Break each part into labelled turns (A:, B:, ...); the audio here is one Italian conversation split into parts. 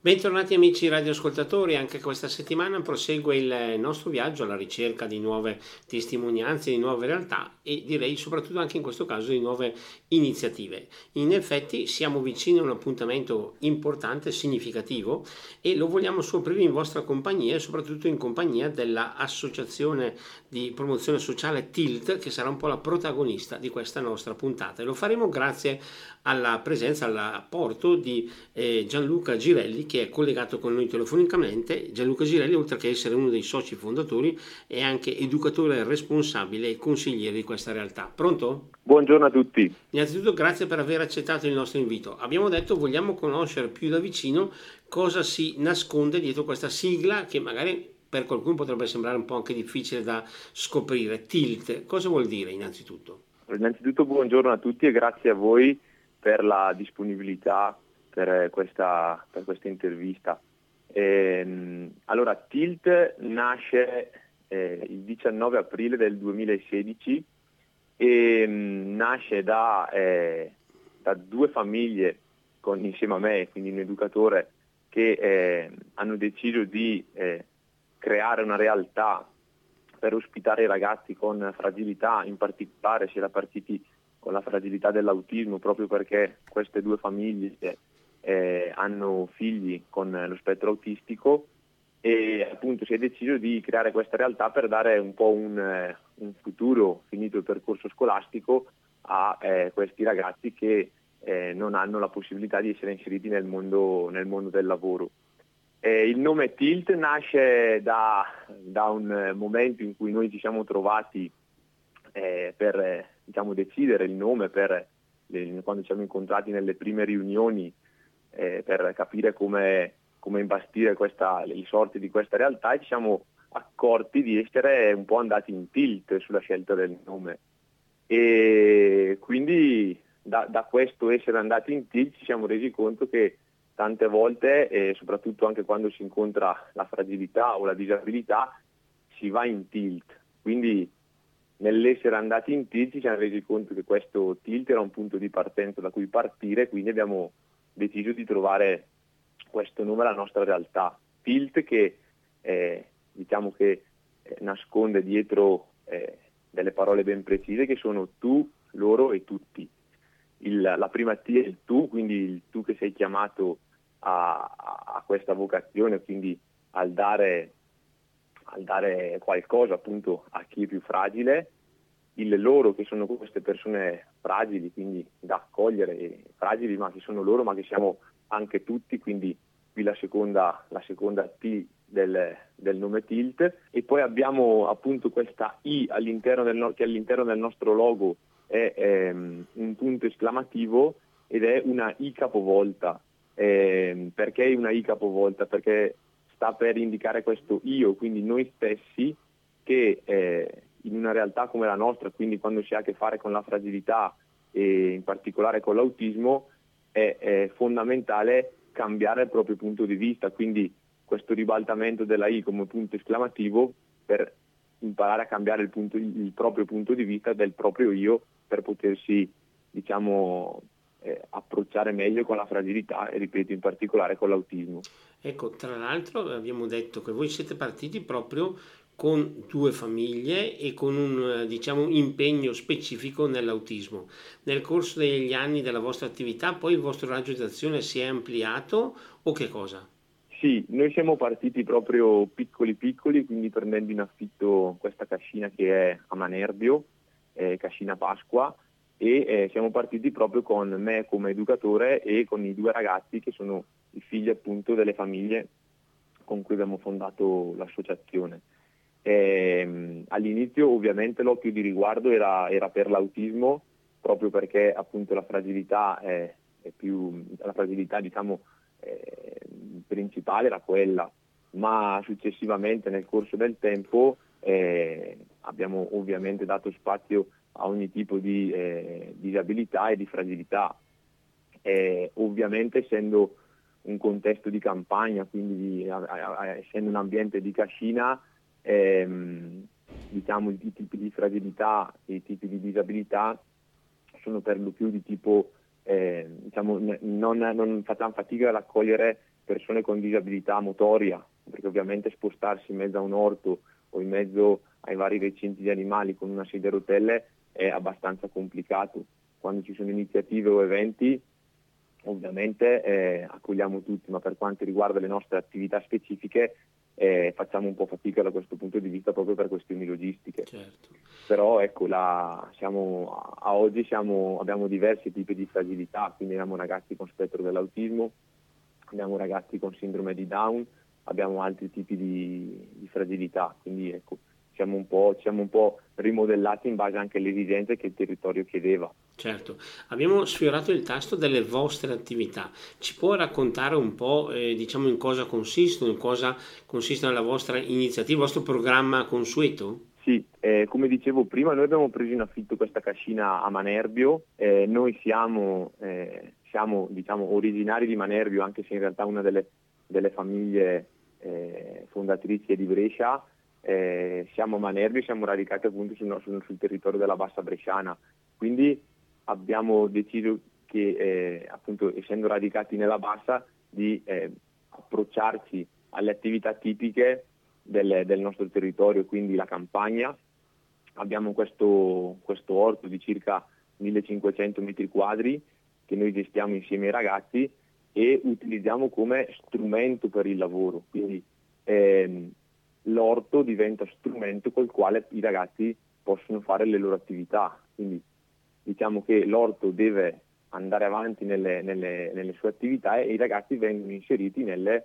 A: Bentornati amici radioascoltatori, anche questa settimana prosegue il nostro viaggio alla ricerca di nuove testimonianze, di nuove realtà e direi soprattutto anche in questo caso di nuove iniziative. In effetti siamo vicini a un appuntamento importante, significativo e lo vogliamo scoprire in vostra compagnia e soprattutto in compagnia dell'associazione di promozione sociale TILT che sarà un po' la protagonista di questa nostra puntata e lo faremo grazie alla presenza, all'apporto di Gianluca Girelli che è collegato con noi telefonicamente. Gianluca Girelli, oltre che essere uno dei soci fondatori, è anche educatore responsabile e consigliere di questa realtà. Pronto?
B: Buongiorno a tutti.
A: Innanzitutto grazie per aver accettato il nostro invito. Abbiamo detto vogliamo conoscere più da vicino cosa si nasconde dietro questa sigla che magari per qualcuno potrebbe sembrare un po' anche difficile da scoprire. TILT, cosa vuol dire innanzitutto?
B: Innanzitutto buongiorno a tutti e grazie a voi per la disponibilità per questa intervista. Allora, Tilt nasce il 19 aprile del 2016 e nasce da due famiglie insieme a me, quindi un educatore, che hanno deciso di creare una realtà per ospitare i ragazzi con fragilità. In particolare si era partiti con la fragilità dell'autismo proprio perché queste due famiglie hanno figli con lo spettro autistico e appunto si è deciso di creare questa realtà per dare un po' un futuro, finito il percorso scolastico, a questi ragazzi che non hanno la possibilità di essere inseriti nel mondo del lavoro. Il nome Tilt nasce da un momento in cui noi ci siamo trovati per decidere il nome, quando ci siamo incontrati nelle prime riunioni per capire come imbastire i sorti di questa realtà, e ci siamo accorti di essere un po' andati in tilt sulla scelta del nome. E quindi da questo essere andati in tilt ci siamo resi conto che tante volte, e soprattutto anche quando si incontra la fragilità o la disabilità, si va in tilt. Quindi nell'essere andati in tilt ci siamo resi conto che questo tilt era un punto di partenza da cui partire, quindi abbiamo deciso di trovare questo nome alla nostra realtà. Tilt che diciamo che nasconde dietro delle parole ben precise che sono tu, loro e tutti. La prima T è il tu, quindi il tu che sei chiamato a questa vocazione, quindi al dare qualcosa appunto a chi è più fragile. Il loro, che sono queste persone fragili, quindi da accogliere, fragili ma che sono loro, ma che siamo anche tutti, quindi qui la seconda T del nome Tilt. E poi abbiamo appunto questa I che all'interno del nostro logo è un punto esclamativo ed è una I capovolta. Perché una I capovolta? Perché sta per indicare questo io, quindi noi stessi, che in una realtà come la nostra, quindi quando si ha a che fare con la fragilità e in particolare con l'autismo, è fondamentale cambiare il proprio punto di vista, quindi questo ribaltamento della I come punto esclamativo per imparare a cambiare il proprio punto di vista del proprio io, per potersi approcciare meglio con la fragilità e, ripeto, in particolare con l'autismo.
A: Ecco, tra l'altro abbiamo detto che voi siete partiti proprio con due famiglie e con un, diciamo, un impegno specifico nell'autismo. Nel corso degli anni della vostra attività, poi il vostro raggio di azione si è ampliato o che cosa?
B: Sì, noi siamo partiti proprio piccoli piccoli, quindi prendendo in affitto questa cascina che è a Manerbio, Cascina Pasqua, e siamo partiti proprio con me come educatore e con i due ragazzi che sono i figli appunto delle famiglie con cui abbiamo fondato l'associazione. All'inizio ovviamente l'occhio di riguardo era per l'autismo, proprio perché appunto la fragilità diciamo principale era quella, ma successivamente nel corso del tempo abbiamo ovviamente dato spazio a ogni tipo di disabilità e di fragilità. Ovviamente essendo un contesto di campagna, quindi essendo un ambiente di cascina, diciamo i tipi di fragilità e i tipi di disabilità sono per lo più di tipo non facciamo fatica ad accogliere persone con disabilità motoria, perché ovviamente spostarsi in mezzo a un orto o in mezzo ai vari recinti di animali con una sedia a rotelle è abbastanza complicato. Quando ci sono iniziative o eventi, ovviamente accogliamo tutti, ma per quanto riguarda le nostre attività specifiche facciamo un po' fatica da questo punto di vista proprio per questioni logistiche.
A: Certo.
B: Però ecco, a oggi abbiamo diversi tipi di fragilità, quindi abbiamo ragazzi con spettro dell'autismo, abbiamo ragazzi con sindrome di Down, abbiamo altri tipi di fragilità, quindi ecco, siamo un po' rimodellati in base anche alle esigenze che il territorio chiedeva.
A: Certo, abbiamo sfiorato il tasto delle vostre attività. Ci può raccontare un po', diciamo, in cosa consiste la vostra iniziativa, il vostro programma consueto?
B: Sì, come dicevo prima, noi abbiamo preso in affitto questa cascina a Manerbio. Noi siamo diciamo, originari di Manerbio, anche se in realtà una delle famiglie fondatrici è di Brescia. Siamo a Manerbio, siamo radicati appunto sul territorio della Bassa Bresciana, quindi abbiamo deciso che appunto essendo radicati nella Bassa di approcciarci alle attività tipiche del nostro territorio, quindi la campagna. Abbiamo questo orto di circa 1500 metri quadri che noi gestiamo insieme ai ragazzi e utilizziamo come strumento per il lavoro, quindi l'orto diventa strumento col quale i ragazzi possono fare le loro attività, quindi diciamo che l'orto deve andare avanti nelle sue attività e i ragazzi vengono inseriti nel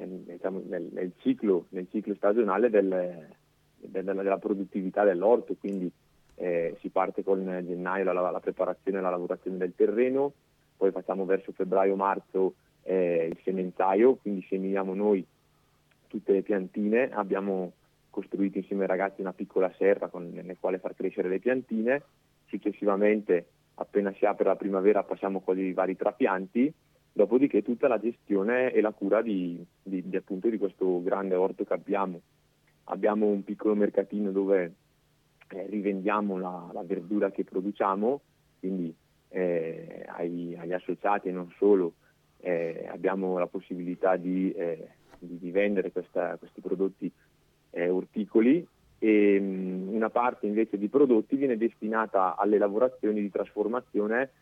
B: ciclo stagionale della produttività dell'orto, quindi si parte con gennaio la preparazione e la lavorazione del terreno, poi facciamo verso febbraio-marzo il semenzaio, quindi seminiamo noi tutte le piantine, abbiamo costruito insieme ai ragazzi una piccola serra nel quale far crescere le piantine, successivamente appena si apre la primavera passiamo con i vari trapianti, dopodiché tutta la gestione e la cura appunto di questo grande orto che abbiamo. Abbiamo un piccolo mercatino dove rivendiamo la verdura che produciamo, quindi agli associati e non solo abbiamo la possibilità di vendere questi prodotti orticoli e una parte invece di prodotti viene destinata alle lavorazioni di trasformazione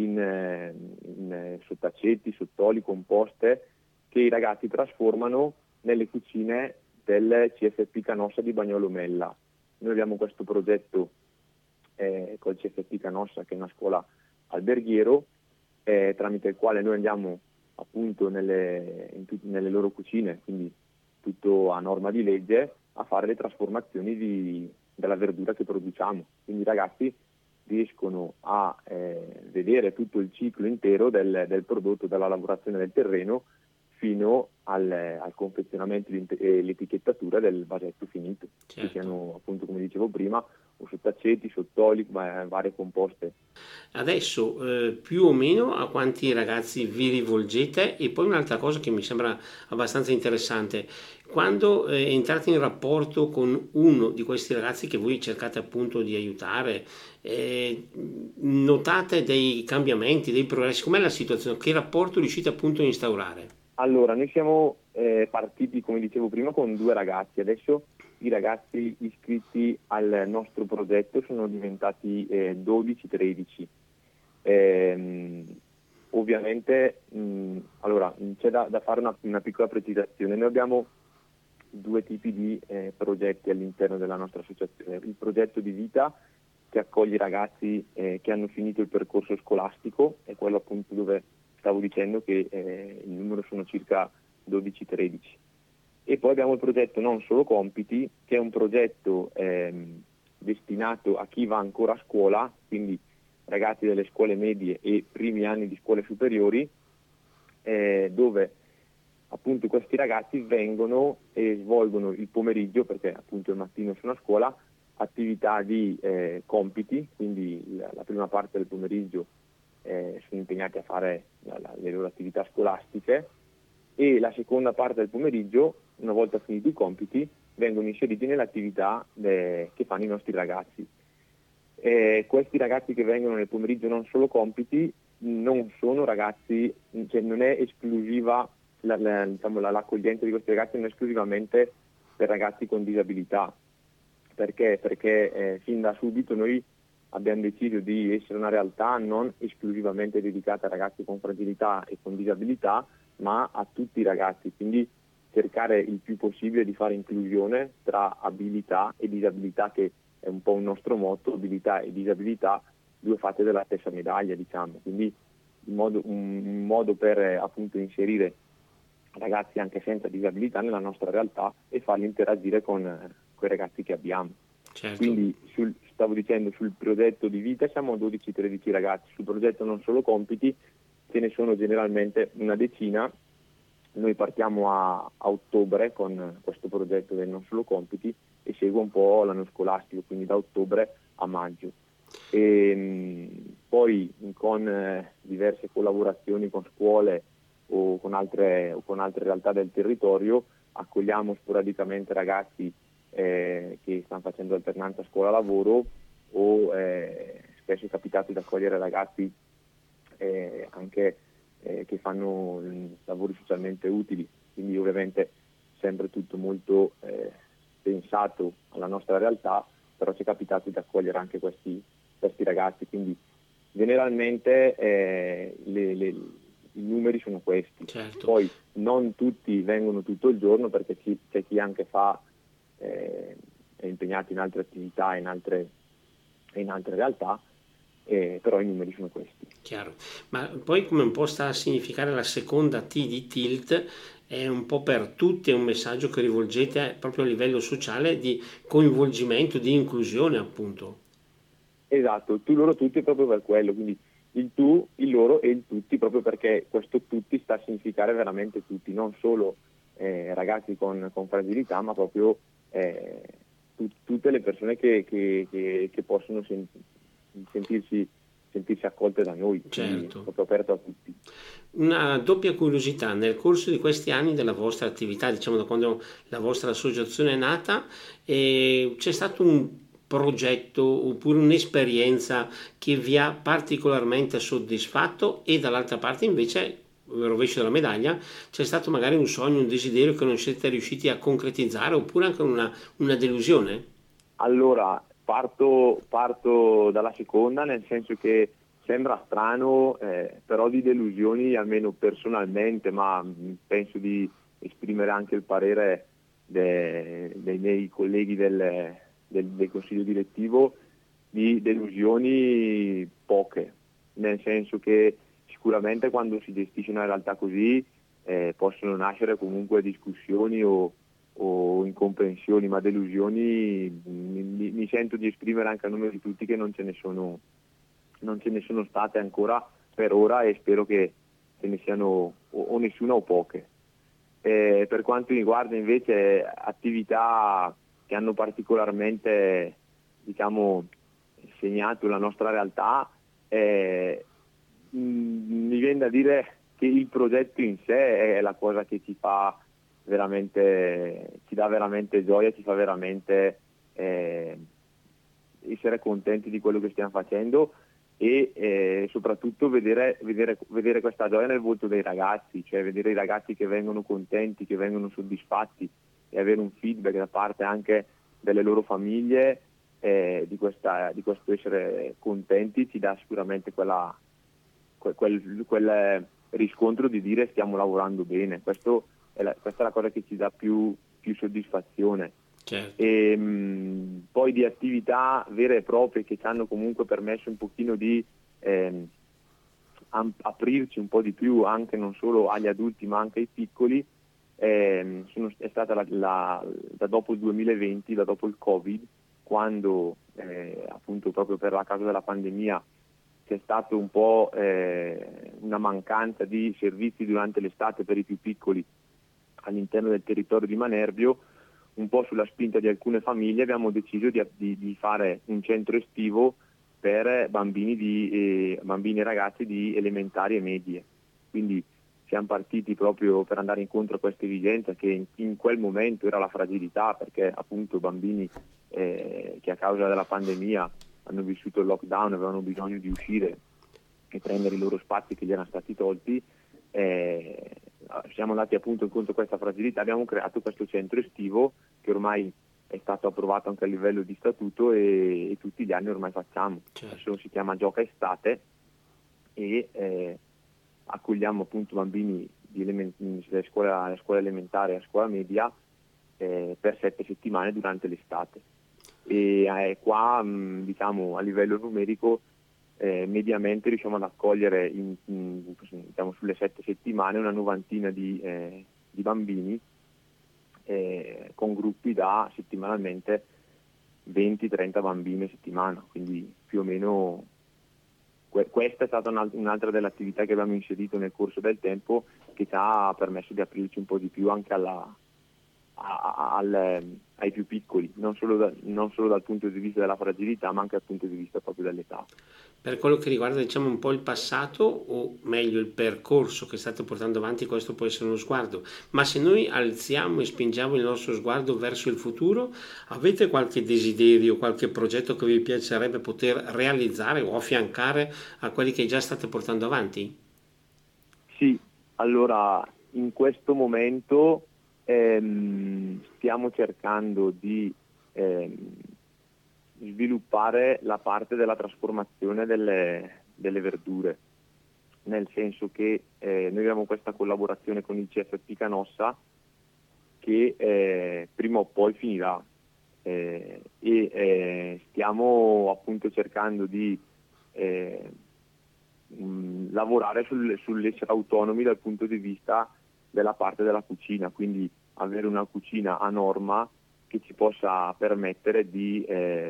B: in sottaceti, sottoli, composte che i ragazzi trasformano nelle cucine del CFP Canossa di Bagnolo Mella. Noi abbiamo questo progetto col CFP Canossa, che è una scuola alberghiero, tramite il quale noi andiamo appunto nelle loro cucine, quindi tutto a norma di legge, a fare le trasformazioni della verdura che produciamo. Quindi i ragazzi riescono a vedere tutto il ciclo intero del prodotto, dalla lavorazione del terreno fino al confezionamento e l'etichettatura del vasetto finito,
A: Certo.
B: Che siano appunto, come dicevo prima, o sottaceti, sottoli, varie composte.
A: Adesso più o meno a quanti ragazzi vi rivolgete? E poi un'altra cosa che mi sembra abbastanza interessante, quando entrate in rapporto con uno di questi ragazzi che voi cercate appunto di aiutare, notate dei cambiamenti, dei progressi? Com'è la situazione? Che rapporto riuscite appunto a instaurare?
B: Allora, noi siamo partiti, come dicevo prima, con 2 ragazzi. Adesso i ragazzi iscritti al nostro progetto sono diventati 12-13. Ovviamente, allora, c'è da fare una piccola precisazione. Noi abbiamo 2 tipi di progetti all'interno della nostra associazione. Il progetto di vita, che accoglie i ragazzi che hanno finito il percorso scolastico, è quello appunto dove stavo dicendo che il numero sono circa 12-13. E poi abbiamo il progetto Non Solo Compiti, che è un progetto destinato a chi va ancora a scuola, quindi ragazzi delle scuole medie e primi anni di scuole superiori, dove appunto questi ragazzi vengono e svolgono il pomeriggio, perché appunto il mattino sono a scuola, attività di compiti, quindi la prima parte del pomeriggio sono impegnati a fare le loro attività scolastiche e la seconda parte del pomeriggio, una volta finiti i compiti, vengono inseriti nelle attività che fanno i nostri ragazzi. Questi ragazzi che vengono nel pomeriggio Non Solo Compiti non sono ragazzi, cioè non è esclusiva l'accoglienza di questi ragazzi non è esclusivamente per ragazzi con disabilità. Perché fin da subito noi abbiamo deciso di essere una realtà non esclusivamente dedicata a ragazzi con fragilità e con disabilità, ma a tutti i ragazzi, quindi cercare il più possibile di fare inclusione tra abilità e disabilità, che è un po' un nostro motto: abilità e disabilità, due facce della stessa medaglia, diciamo. Quindi un modo per appunto inserire ragazzi anche senza disabilità nella nostra realtà e farli interagire con i ragazzi che abbiamo.
A: Certo.
B: Quindi stavo dicendo, sul progetto di vita siamo 12-13 ragazzi, sul progetto non solo compiti ce ne sono generalmente una decina. Noi partiamo a ottobre con questo progetto del non solo compiti e segue un po' l'anno scolastico, quindi da ottobre a maggio. Poi con diverse collaborazioni con scuole o con altre realtà del territorio accogliamo sporadicamente ragazzi che stanno facendo alternanza scuola-lavoro, o spesso è capitato di accogliere ragazzi anche che fanno lavori socialmente utili, quindi ovviamente sempre tutto molto pensato alla nostra realtà, però ci è capitato di accogliere anche questi ragazzi, quindi generalmente i numeri sono questi.
A: Certo.
B: Poi non tutti vengono tutto il giorno, perché c'è chi anche è impegnato in altre attività, in altre realtà, però i numeri sono questi.
A: Chiaro. Ma poi, come un po' sta a significare la seconda T di Tilt, è un po' per tutti, è un messaggio che rivolgete proprio a livello sociale di coinvolgimento, di inclusione, appunto.
B: Esatto, tu, loro, tutti, proprio per quello, quindi il tu, il loro e il tutti, proprio perché questo tutti sta a significare veramente tutti, non solo ragazzi con fragilità, ma proprio tutte le persone che possono sentirsi accolte da noi, quindi
A: Certo.
B: proprio aperto a tutti.
A: Una doppia curiosità: nel corso di questi anni della vostra attività, diciamo da quando la vostra associazione è nata, c'è stato un progetto oppure un'esperienza che vi ha particolarmente soddisfatto, e dall'altra parte invece, rovescio della medaglia, c'è stato magari un sogno, un desiderio che non siete riusciti a concretizzare, oppure anche una delusione?
B: Allora, parto dalla seconda, nel senso che sembra strano, però di delusioni, almeno personalmente, ma penso di esprimere anche il parere dei miei colleghi del consiglio direttivo, di delusioni poche, nel senso che sicuramente quando si gestisce una realtà così possono nascere comunque discussioni o incomprensioni, ma delusioni mi sento di esprimere anche a nome di tutti che non ce ne sono state ancora per ora, e spero che ce ne siano o nessuna o poche. Per quanto riguarda invece attività che hanno particolarmente, diciamo, segnato la nostra realtà, mi viene da dire che il progetto in sé è la cosa che ci fa veramente, ci dà veramente gioia, ci fa veramente essere contenti di quello che stiamo facendo, e soprattutto vedere questa gioia nel volto dei ragazzi, cioè vedere i ragazzi che vengono contenti, che vengono soddisfatti, e avere un feedback da parte anche delle loro famiglie di questo essere contenti, ci dà sicuramente quel riscontro di dire stiamo lavorando bene. Questa è la cosa che ci dà più soddisfazione.
A: Certo.
B: E poi di attività vere e proprie che ci hanno comunque permesso un pochino di aprirci un po' di più, anche non solo agli adulti ma anche ai piccoli, è stata da dopo il 2020, da dopo il Covid, quando appunto proprio per la causa della pandemia c'è stato un po' una mancanza di servizi durante l'estate per i più piccoli all'interno del territorio di Manerbio. Un po' sulla spinta di alcune famiglie abbiamo deciso di fare un centro estivo per bambini e ragazzi di elementari e medie. Quindi siamo partiti proprio per andare incontro a questa esigenza che in quel momento era la fragilità, perché appunto bambini che a causa della pandemia hanno vissuto il lockdown, avevano bisogno di uscire e prendere i loro spazi che gli erano stati tolti. siamo andati appunto incontro a questa fragilità, abbiamo creato questo centro estivo che ormai è stato approvato anche a livello di statuto e tutti gli anni ormai facciamo.
A: Certo.
B: Adesso si chiama Gioca Estate e accogliamo appunto bambini delle scuole elementari e a scuola media per 7 settimane durante l'estate. E qua diciamo a livello numerico mediamente riusciamo ad accogliere diciamo, sulle 7 settimane una novantina di bambini con gruppi da settimanalmente 20-30 bambini a settimana, quindi più o meno questa è stata un'altra delle attività che abbiamo inserito nel corso del tempo, che ci ha permesso di aprirci un po' di più anche ai più piccoli, non solo dal punto di vista della fragilità, ma anche dal punto di vista proprio dell'età.
A: Per quello che riguarda diciamo un po' il passato, o meglio il percorso che state portando avanti, questo può essere uno sguardo, ma se noi alziamo e spingiamo il nostro sguardo verso il futuro, avete qualche desiderio, qualche progetto che vi piacerebbe poter realizzare o affiancare a quelli che già state portando avanti?
B: Sì, allora in questo momento stiamo cercando di sviluppare la parte della trasformazione delle verdure, nel senso che noi abbiamo questa collaborazione con il CFP Canossa che prima o poi finirà e stiamo appunto cercando di lavorare sull'essere autonomi dal punto di vista della parte della cucina, quindi avere una cucina a norma che ci possa permettere di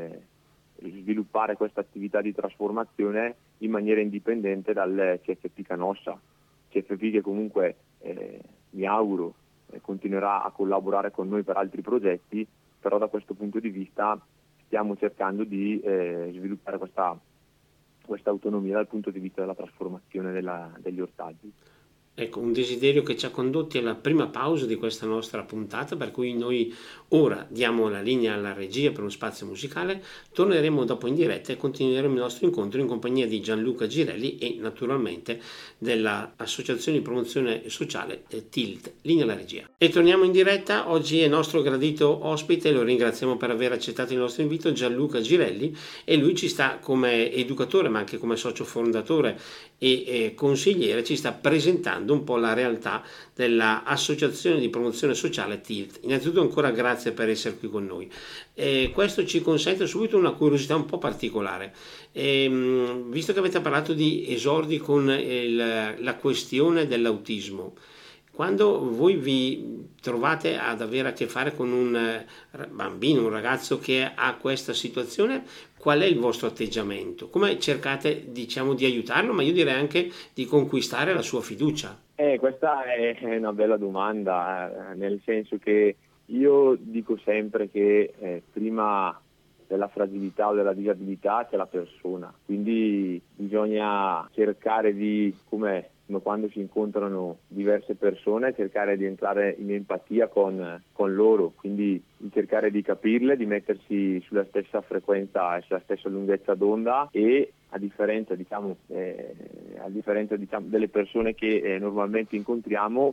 B: sviluppare questa attività di trasformazione in maniera indipendente dal CFP Canossa. CFP che comunque mi auguro continuerà a collaborare con noi per altri progetti, però da questo punto di vista stiamo cercando di sviluppare questa autonomia dal punto di vista della trasformazione degli ortaggi.
A: Ecco, un desiderio che ci ha condotti alla prima pausa di questa nostra puntata, per cui noi ora diamo la linea alla regia per uno spazio musicale, torneremo dopo in diretta e continueremo il nostro incontro in compagnia di Gianluca Girelli e naturalmente dell'Associazione di Promozione Sociale TILT, linea alla regia. E torniamo in diretta, oggi è nostro gradito ospite, lo ringraziamo per aver accettato il nostro invito, Gianluca Girelli, e lui ci sta come educatore ma anche come socio fondatore e consigliere, ci sta presentando un po' la realtà dell'Associazione di Promozione Sociale TILT. Innanzitutto ancora grazie per essere qui con noi. Questo ci consente subito una curiosità un po' particolare. Visto che avete parlato di esordi con la questione dell'autismo, quando voi vi trovate ad avere a che fare con un bambino, un ragazzo che ha questa situazione, qual è il vostro atteggiamento? Come cercate, diciamo, di aiutarlo, ma io direi anche di conquistare la sua fiducia?
B: Questa è una bella domanda, nel senso che io dico sempre che prima della fragilità o della disabilità c'è la persona, quindi bisogna cercare di, come quando si incontrano diverse persone, cercare di entrare in empatia con loro, quindi cercare di capirle, di mettersi sulla stessa frequenza e sulla stessa lunghezza d'onda e a differenza delle persone che normalmente incontriamo,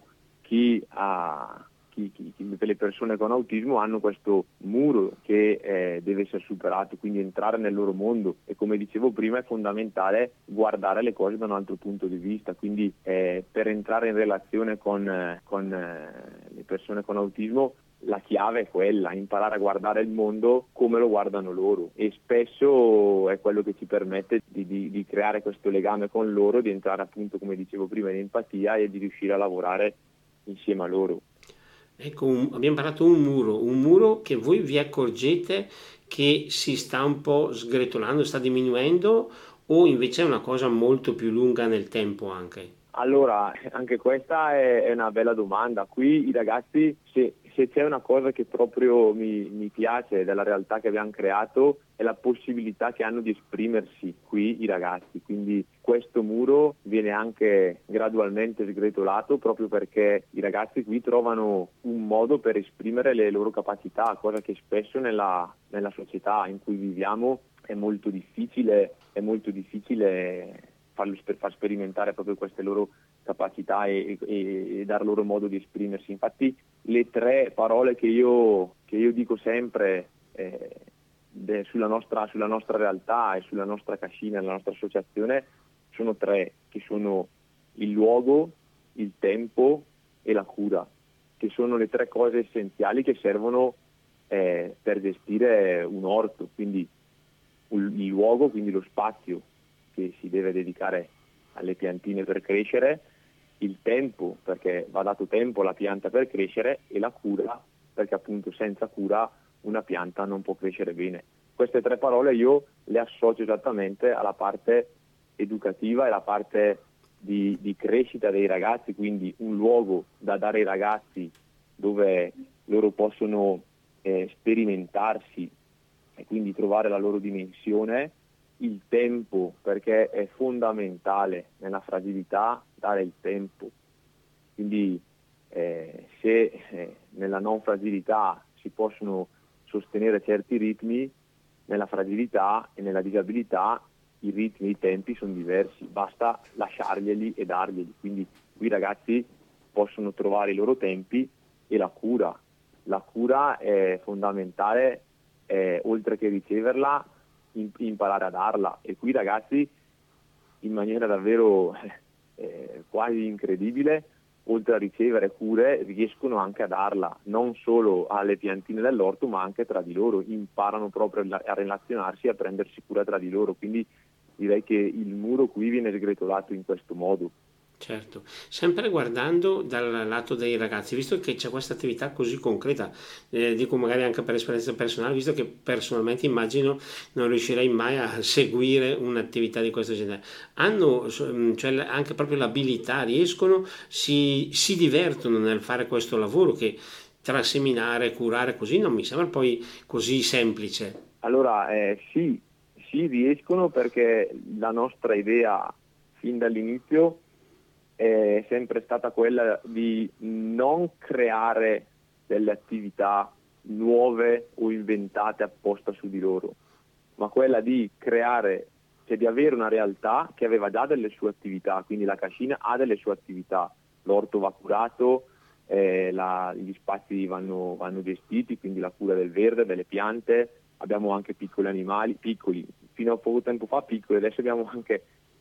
B: le persone con autismo hanno questo muro che deve essere superato, quindi entrare nel loro mondo, e come dicevo prima è fondamentale guardare le cose da un altro punto di vista, quindi per entrare in relazione con le persone con autismo la chiave è quella, imparare a guardare il mondo come lo guardano loro, e spesso è quello che ci permette di creare questo legame con loro, di entrare appunto, come dicevo prima, in empatia e di riuscire a lavorare insieme a loro.
A: Ecco, abbiamo parlato un muro che voi vi accorgete che si sta un po' sgretolando, sta diminuendo, o invece è una cosa molto più lunga nel tempo anche?
B: Allora, anche questa è una bella domanda. Qui i ragazzi, se c'è una cosa che proprio mi piace della realtà che abbiamo creato, è la possibilità che hanno di esprimersi qui i ragazzi. Quindi questo muro viene anche gradualmente sgretolato proprio perché i ragazzi qui trovano un modo per esprimere le loro capacità, cosa che spesso nella società in cui viviamo è molto difficile far sperimentare proprio queste loro capacità e dar loro modo di esprimersi. Infatti le tre parole che io dico sempre sulla nostra realtà e sulla nostra cascina, la nostra associazione, sono tre, che sono il luogo, il tempo e la cura, che sono le tre cose essenziali che servono per gestire un orto. Quindi il luogo, quindi lo spazio che si deve dedicare alle piantine per crescere, il tempo, perché va dato tempo alla pianta per crescere, e la cura, perché appunto senza cura una pianta non può crescere bene. Queste tre parole io le associo esattamente alla parte educativa e alla parte di crescita dei ragazzi, quindi un luogo da dare ai ragazzi dove loro possono sperimentarsi e quindi trovare la loro dimensione, il tempo, perché è fondamentale nella fragilità dare il tempo. Quindi se nella non fragilità si possono sostenere certi ritmi, nella fragilità e nella disabilità i ritmi e i tempi sono diversi, basta lasciarglieli e darglieli. Quindi qui i ragazzi possono trovare i loro tempi e la cura. La cura è fondamentale, oltre che riceverla, imparare a darla. E qui i ragazzi, in maniera davvero quasi incredibile, oltre a ricevere cure, riescono anche a darla, non solo alle piantine dell'orto, ma anche tra di loro. Imparano proprio a relazionarsi e a prendersi cura tra di loro. Quindi direi che il muro qui viene sgretolato in questo modo.
A: Certo, sempre guardando dal lato dei ragazzi, visto che c'è questa attività così concreta, dico magari anche per esperienza personale, visto che personalmente immagino non riuscirei mai a seguire un'attività di questo genere, hanno cioè, anche proprio l'abilità, riescono, si divertono nel fare questo lavoro che tra seminare, curare così non mi sembra poi così semplice.
B: Allora, sì, riescono, perché la nostra idea fin dall'inizio è sempre stata quella di non creare delle attività nuove o inventate apposta su di loro, ma quella di creare, cioè di avere una realtà che aveva già delle sue attività. Quindi la cascina ha delle sue attività, l'orto va curato, gli spazi vanno gestiti, quindi la cura del verde, delle piante. Abbiamo anche piccoli animali, piccoli, fino a poco tempo fa piccoli, adesso abbiamo anche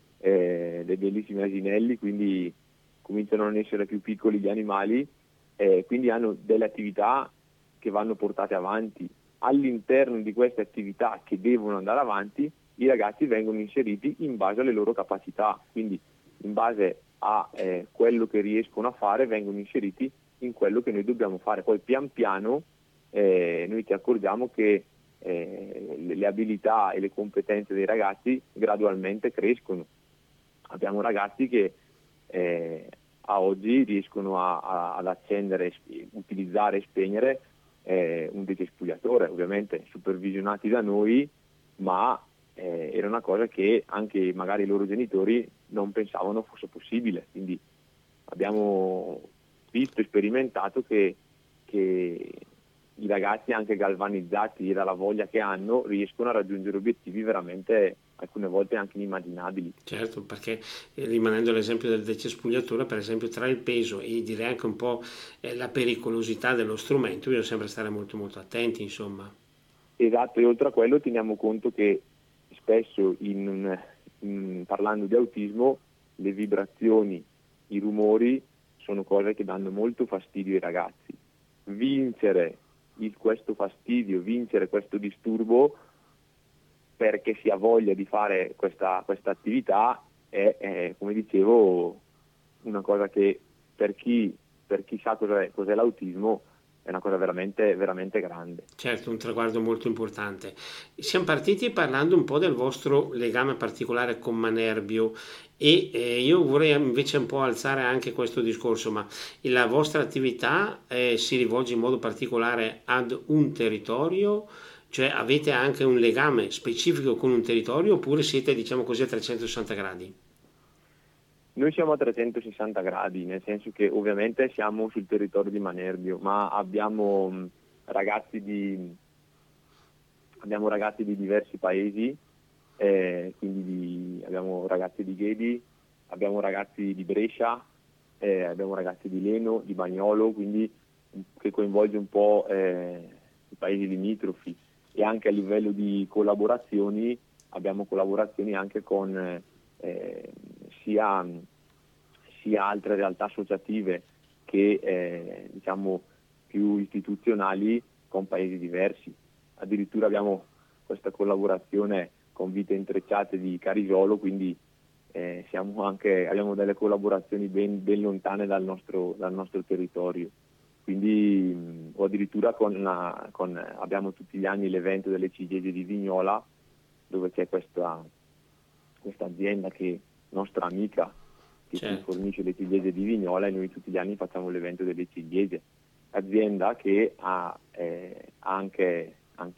B: dei bellissimi asinelli, quindi cominciano a non essere più piccoli gli animali, quindi hanno delle attività che vanno portate avanti. All'interno di queste attività che devono andare avanti, i ragazzi vengono inseriti in base alle loro capacità, quindi in base a quello che riescono a fare vengono inseriti in quello che noi dobbiamo fare. Poi pian piano noi ci accorgiamo che le abilità e le competenze dei ragazzi gradualmente crescono. Abbiamo ragazzi che a oggi riescono ad accendere, utilizzare e spegnere un decespugliatore, ovviamente supervisionati da noi, ma era una cosa che anche magari i loro genitori non pensavano fosse possibile. Quindi abbiamo visto e sperimentato che i ragazzi, anche galvanizzati dalla voglia che hanno, riescono a raggiungere obiettivi veramente alcune volte anche inimmaginabili.
A: Certo, perché rimanendo all'esempio del decespugliatore, per esempio, tra il peso e direi anche un po' la pericolosità dello strumento, bisogna sempre stare molto molto attenti, insomma.
B: Esatto, e oltre a quello teniamo conto che spesso parlando di autismo, le vibrazioni, i rumori sono cose che danno molto fastidio ai ragazzi. Vincere questo fastidio, vincere questo disturbo, perché si ha voglia di fare questa attività, è, come dicevo, una cosa che per chi sa cos'è l'autismo è una cosa veramente, veramente grande.
A: Certo, un traguardo molto importante. Siamo partiti parlando un po' del vostro legame particolare con Manerbio e io vorrei invece un po' alzare anche questo discorso, ma la vostra attività si rivolge in modo particolare ad un territorio? Cioè avete anche un legame specifico con un territorio oppure siete, diciamo così, a 360 gradi?
B: Noi siamo a 360 gradi, nel senso che ovviamente siamo sul territorio di Manerbio, ma abbiamo ragazzi di diversi paesi, quindi abbiamo ragazzi di Ghedi, abbiamo ragazzi di Brescia, abbiamo ragazzi di Leno, di Bagnolo, quindi che coinvolge un po' i paesi limitrofi, e anche a livello di collaborazioni abbiamo collaborazioni anche con sia altre realtà associative che diciamo più istituzionali con paesi diversi. Addirittura abbiamo questa collaborazione con Vite Intrecciate di Carisolo, quindi abbiamo delle collaborazioni ben lontane dal nostro territorio. Quindi o addirittura abbiamo tutti gli anni l'evento delle ciliegie di Vignola, dove c'è questa azienda che nostra amica che ci fornisce le ciliegie di Vignola, e noi tutti gli anni facciamo l'evento delle ciliegie. Azienda che ha anche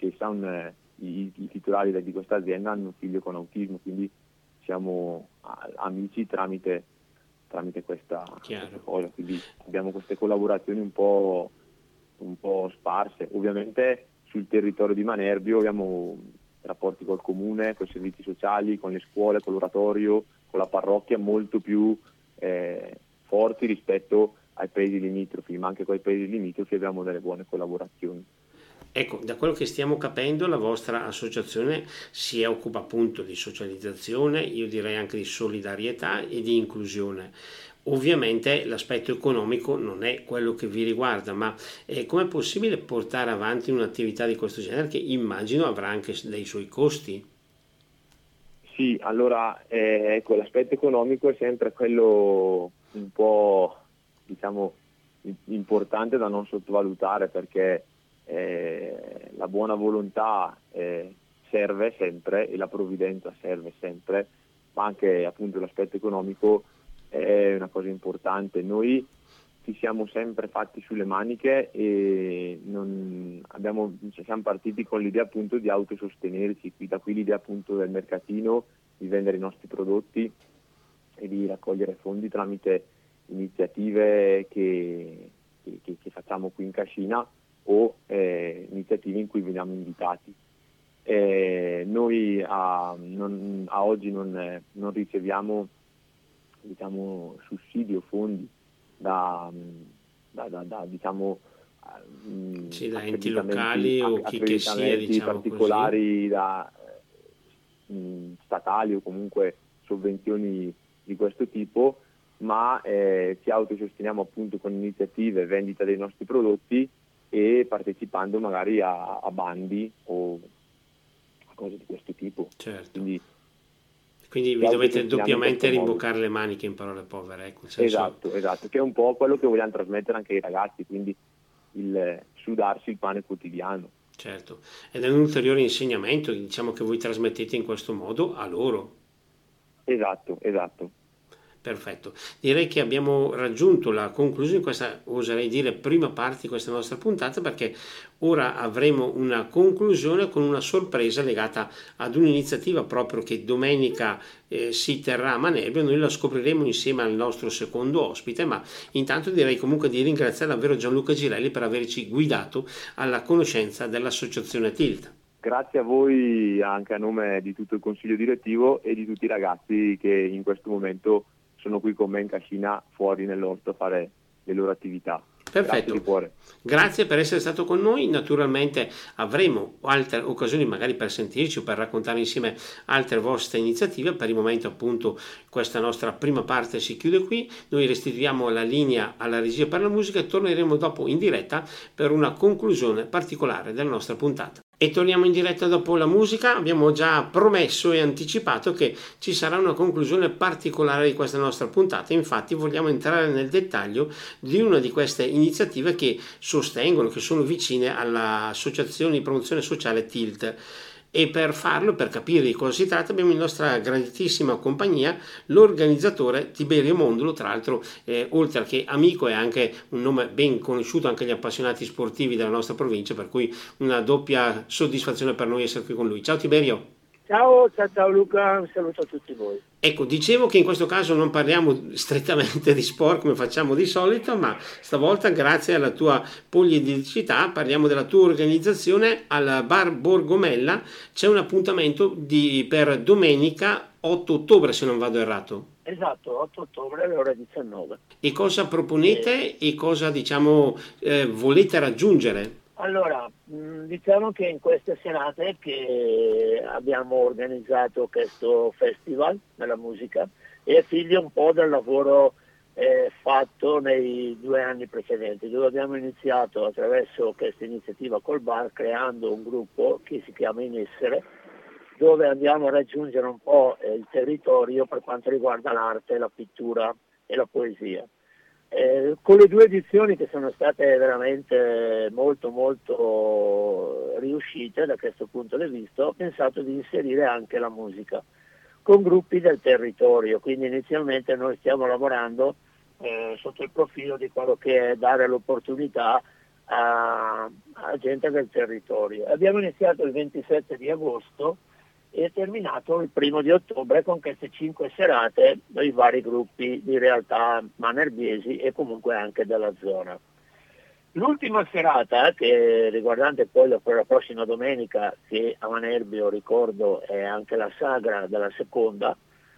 B: i titolari di questa azienda hanno un figlio con autismo, quindi siamo amici tramite questa cosa, quindi abbiamo queste collaborazioni un po' sparse. Ovviamente sul territorio di Manerbio abbiamo rapporti col comune, con i servizi sociali, con le scuole, con l'oratorio, con la parrocchia molto più forti rispetto ai paesi limitrofi, ma anche con i paesi limitrofi abbiamo delle buone collaborazioni.
A: Ecco, da quello che stiamo capendo, la vostra associazione si occupa appunto di socializzazione, io direi anche di solidarietà e di inclusione. Ovviamente l'aspetto economico non è quello che vi riguarda, ma com'è possibile portare avanti un'attività di questo genere che immagino avrà anche dei suoi costi?
B: Sì, allora ecco, l'aspetto economico è sempre quello un po', diciamo, importante da non sottovalutare, perché la buona volontà serve sempre e la provvidenza serve sempre, ma anche appunto l'aspetto economico è una cosa importante. Noi ci siamo sempre fatti sulle maniche e siamo partiti con l'idea appunto di autosostenerci, da qui l'idea appunto del mercatino, di vendere i nostri prodotti e di raccogliere fondi tramite iniziative che facciamo qui in Cascina o iniziative in cui veniamo invitati. Noi a oggi non riceviamo, diciamo, sussidi o fondi da diciamo
A: da enti locali o chi che sia, diciamo
B: particolari, da statali o comunque sovvenzioni di questo tipo, ma ci autososteniamo appunto con iniziative, vendita dei nostri prodotti e partecipando magari a bandi o a cose di questo tipo.
A: Certo. Quindi vi dovete doppiamente rimboccare le maniche, in parole povere. Ecco,
B: esatto, che è un po' quello che vogliamo trasmettere anche ai ragazzi, quindi il sudarsi il pane quotidiano.
A: Certo, ed è un ulteriore insegnamento, diciamo, che voi trasmettete in questo modo a loro.
B: Esatto.
A: Perfetto, direi che abbiamo raggiunto la conclusione di questa, oserei dire, prima parte di questa nostra puntata, perché ora avremo una conclusione con una sorpresa legata ad un'iniziativa proprio che domenica si terrà a Manerbio. Noi la scopriremo insieme al nostro secondo ospite, ma intanto direi comunque di ringraziare davvero Gianluca Girelli per averci guidato alla conoscenza dell'associazione Tilt.
B: Grazie a voi anche a nome di tutto il consiglio direttivo e di tutti i ragazzi che in questo momento sono qui con me in Cascina, fuori nell'orto, a fare le loro attività.
A: Perfetto,
B: grazie di cuore.
A: Grazie per essere stato con noi. Naturalmente avremo altre occasioni magari per sentirci o per raccontare insieme altre vostre iniziative. Per il momento appunto questa nostra prima parte si chiude qui, noi restituiamo la linea alla regia per la musica e torneremo dopo in diretta per una conclusione particolare della nostra puntata. E torniamo in diretta dopo la musica. Abbiamo già promesso e anticipato che ci sarà una conclusione particolare di questa nostra puntata. Infatti vogliamo entrare nel dettaglio di una di queste iniziative che sostengono, che sono vicine all'associazione di promozione sociale Tilt. E per farlo, per capire di cosa si tratta, abbiamo in nostra graditissima compagnia l'organizzatore Tiberio Mondolo, tra l'altro oltre che amico è anche un nome ben conosciuto anche agli appassionati sportivi della nostra provincia, per cui una doppia soddisfazione per noi essere qui con lui. Ciao Tiberio!
C: Ciao Luca, un saluto a tutti voi.
A: Ecco, dicevo che in questo caso non parliamo strettamente di sport come facciamo di solito, ma stavolta grazie alla tua poliedricità parliamo della tua organizzazione al Bar Borgomella. C'è un appuntamento per domenica 8 ottobre, se non vado errato.
C: Esatto, 8 ottobre alle ore 19.
A: E cosa proponete e cosa, diciamo, volete raggiungere?
C: Allora, diciamo che in queste serate che abbiamo organizzato questo festival della musica è figlio un po' del lavoro fatto nei 2 anni precedenti, dove abbiamo iniziato attraverso questa iniziativa col bar creando un gruppo che si chiama In Essere, dove andiamo a raggiungere un po' il territorio per quanto riguarda l'arte, la pittura e la poesia. Con le 2 edizioni che sono state veramente molto molto riuscite da questo punto di vista, ho pensato di inserire anche la musica con gruppi del territorio, quindi inizialmente noi stiamo lavorando sotto il profilo di quello che è dare l'opportunità a gente del territorio. Abbiamo iniziato il 27 di agosto e terminato il 1° di ottobre con queste 5 serate dei vari gruppi di realtà manerbiesi e comunque anche della zona. L'ultima serata, che riguardante poi la prossima domenica, che a Manerbio, ricordo, è anche la sagra della seconda,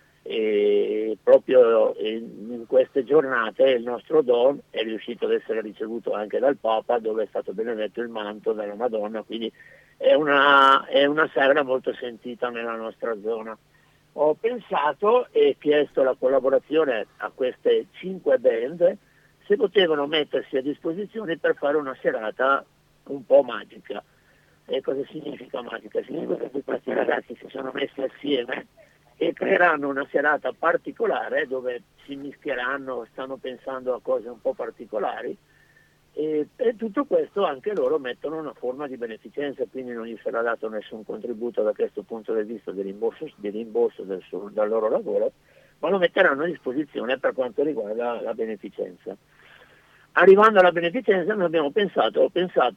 C: e proprio in queste giornate il nostro Don è riuscito ad essere ricevuto anche dal Papa, dove è stato benedetto il manto della Madonna, quindi è una sagra molto sentita nella nostra zona. Ho pensato e chiesto la collaborazione a queste 5 band se potevano mettersi a disposizione per fare una serata un po' magica. E cosa significa magica? Significa che questi ragazzi si sono messi assieme e creeranno una serata particolare dove si mischieranno, stanno pensando a cose un po' particolari e tutto questo anche loro mettono una forma di beneficenza, quindi non gli sarà dato nessun contributo da questo punto di vista di rimborso del loro lavoro, ma lo metteranno a disposizione per quanto riguarda la beneficenza. Arrivando alla beneficenza noi ho pensato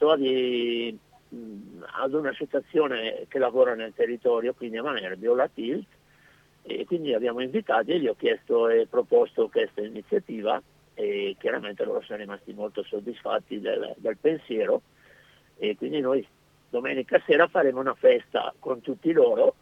C: ad un'associazione che lavora nel territorio, quindi a Manerbio, la TILT, e quindi abbiamo invitati e gli ho chiesto e proposto questa iniziativa e chiaramente loro sono rimasti molto soddisfatti del pensiero e quindi noi domenica sera faremo una festa con tutti loro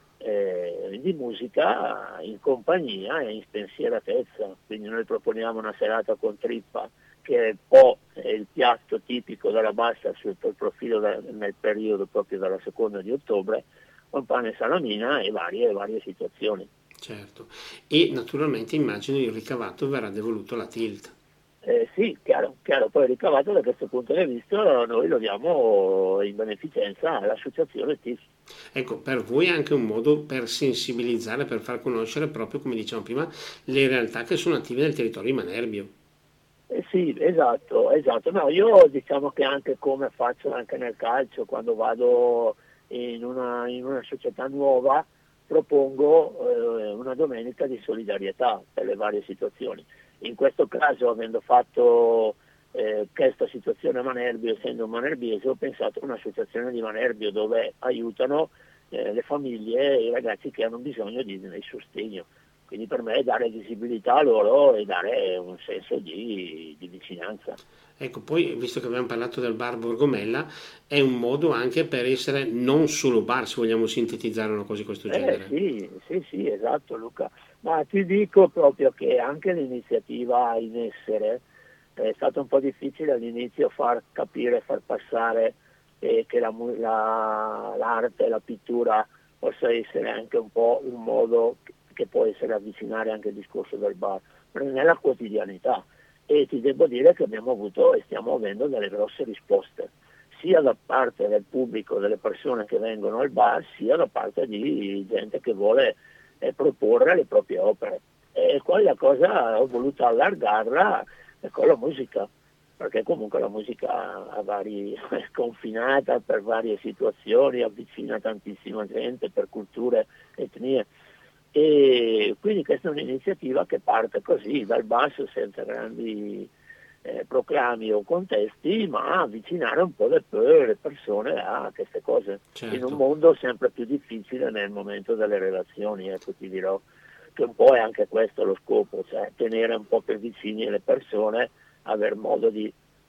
C: di musica in compagnia e in spensieratezza, quindi noi proponiamo una serata con trippa che è un po' il piatto tipico della Bassa sotto il profilo nel periodo proprio dalla seconda di ottobre, con pane e salamina e varie situazioni.
A: Certo, e naturalmente immagino il ricavato verrà devoluto alla Tilt.
C: Sì, chiaro, poi il ricavato da questo punto di vista noi lo diamo in beneficenza all'associazione TIF.
A: Ecco, per voi è anche un modo per sensibilizzare, per far conoscere proprio, come dicevamo prima, le realtà che sono attive nel territorio di Manerbio.
C: Sì, esatto. No, io diciamo che anche come faccio anche nel calcio, quando vado in una società nuova, propongo una domenica di solidarietà per le varie situazioni. In questo caso, avendo fatto questa situazione a Manerbio, essendo un manerbiese, ho pensato a un'associazione di Manerbio dove aiutano le famiglie e i ragazzi che hanno bisogno di sostegno. Quindi per me dare visibilità a loro e dare un senso di vicinanza.
A: Ecco, poi, visto che abbiamo parlato del bar Borgomella, è un modo anche per essere non solo bar, se vogliamo sintetizzare una cosa di questo genere.
C: Sì, esatto Luca. Ma ti dico proprio che anche l'iniziativa In Essere è stato un po' difficile all'inizio far capire, far passare che l'arte, la pittura possa essere anche un po' un modo che può essere avvicinare anche il discorso del bar, nella quotidianità. E ti devo dire che abbiamo avuto e stiamo avendo delle grosse risposte, sia da parte del pubblico, delle persone che vengono al bar, sia da parte di gente che vuole proporre le proprie opere. E poi la cosa ho voluto allargarla con la musica, perché comunque la musica è confinata per varie situazioni, avvicina tantissima gente per culture, etnie. E quindi questa è un'iniziativa che parte così dal basso, senza grandi proclami o contesti, ma avvicinare un po' le persone a queste cose,
A: Certo.
C: in un mondo sempre più difficile nel momento delle relazioni. Ecco, ti dirò che un po' è anche questo lo scopo, cioè tenere un po' più vicini le persone, aver modo di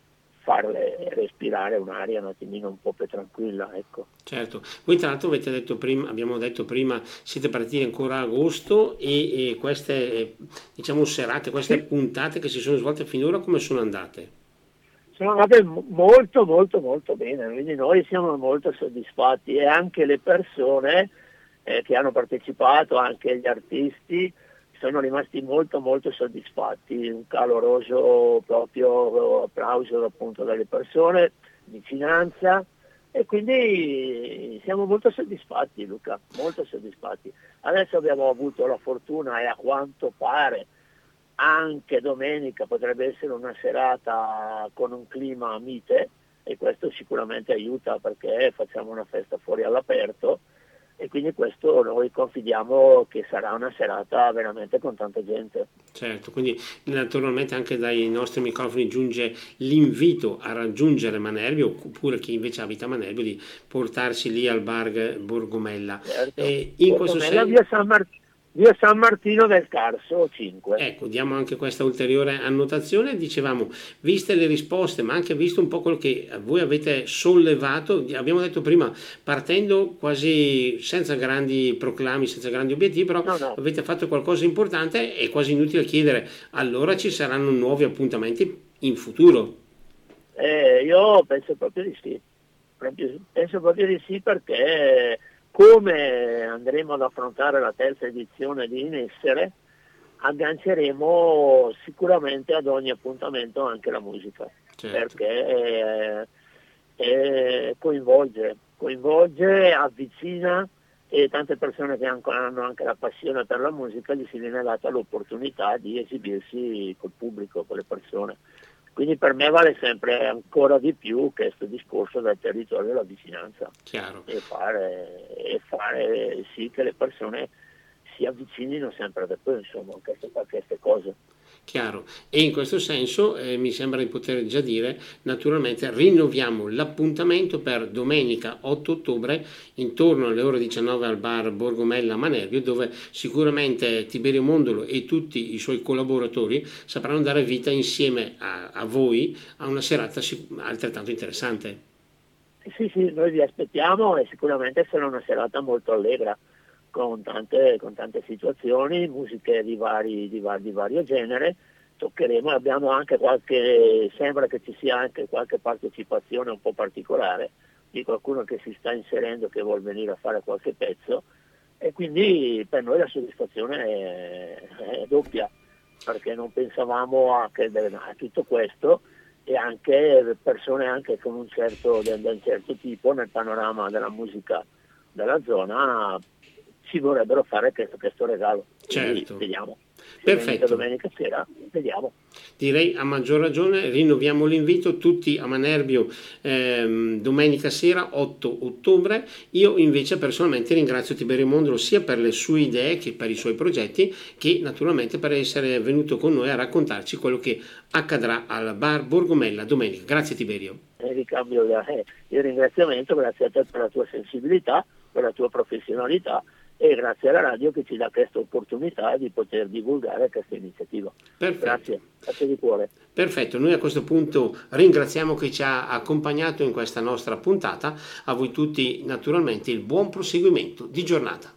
C: farle respirare un'aria un attimino un po' più tranquilla, ecco.
A: Certo, voi tra l'altro avete detto prima, abbiamo detto prima, siete partiti ancora a agosto e queste diciamo serate, queste puntate che si sono svolte finora come sono andate?
C: Sono andate molto molto molto bene, quindi noi siamo molto soddisfatti e anche le persone che hanno partecipato, anche gli artisti, sono rimasti molto molto soddisfatti, un caloroso proprio applauso appunto dalle persone, vicinanza, e quindi siamo molto soddisfatti, Luca, molto soddisfatti. Adesso abbiamo avuto la fortuna e a quanto pare anche domenica potrebbe essere una serata con un clima mite, e questo sicuramente aiuta perché facciamo una festa fuori all'aperto, e quindi questo noi confidiamo che sarà una serata veramente con tanta gente.
A: Certo, quindi naturalmente anche dai nostri microfoni giunge l'invito a raggiungere Manerbio, oppure chi invece abita a Manerbio di portarsi lì al bar Borgomella.
C: Certo.
A: E in questo senso,
C: via San Martino del Carso 5.
A: ecco, diamo anche questa ulteriore annotazione. Dicevamo, viste le risposte, ma anche visto un po' quello che voi avete sollevato, abbiamo detto prima, partendo quasi senza grandi proclami, senza grandi obiettivi, però
C: No.
A: avete fatto qualcosa di importante, è quasi inutile chiedere, allora ci saranno nuovi appuntamenti in futuro?
C: Io penso proprio di sì, penso proprio di sì, perché come andremo ad affrontare la terza edizione di Inessere, agganceremo sicuramente ad ogni appuntamento anche la musica,
A: Certo.
C: perché coinvolge, avvicina, e tante persone che hanno anche la passione per la musica gli si viene data l'opportunità di esibirsi col pubblico, con le persone. Quindi per me vale sempre ancora di più questo discorso del territorio della vicinanza.
A: Chiaro.
C: E fare sì che le persone si avvicinino sempre di più, insomma, a queste cose.
A: Chiaro, e in questo senso mi sembra di poter già dire, naturalmente rinnoviamo l'appuntamento per domenica 8 ottobre intorno alle ore 19 al bar Borgomella a Manerbio, dove sicuramente Tiberio Mondolo e tutti i suoi collaboratori sapranno dare vita insieme a voi a una serata altrettanto interessante.
C: Sì, noi vi aspettiamo, e sicuramente sarà una serata molto allegra, con tante situazioni, musiche di vario genere. Toccheremo, abbiamo anche sembra che ci sia anche qualche partecipazione un po' particolare di qualcuno che si sta inserendo, che vuol venire a fare qualche pezzo, e quindi per noi la soddisfazione è doppia, perché non pensavamo a tutto questo, e anche persone anche con un certo tipo nel panorama della musica della zona ci vorrebbero fare questo regalo. Quindi
A: Certo.
C: vediamo.
A: Perfetto.
C: Domenica sera, vediamo.
A: Direi a maggior ragione rinnoviamo l'invito, tutti a Manerbio domenica sera 8 ottobre. Io invece personalmente ringrazio Tiberio Mondolo sia per le sue idee che per i suoi progetti, che naturalmente per essere venuto con noi a raccontarci quello che accadrà al bar Borgomella domenica. Grazie Tiberio.
C: Ricambio il ringraziamento, grazie a te per la tua sensibilità, per la tua professionalità, e grazie alla radio che ci dà questa opportunità di poter divulgare questa iniziativa.
A: Perfetto.
C: Grazie di cuore.
A: Perfetto, noi a questo punto ringraziamo chi ci ha accompagnato in questa nostra puntata, a voi tutti naturalmente il buon proseguimento di giornata.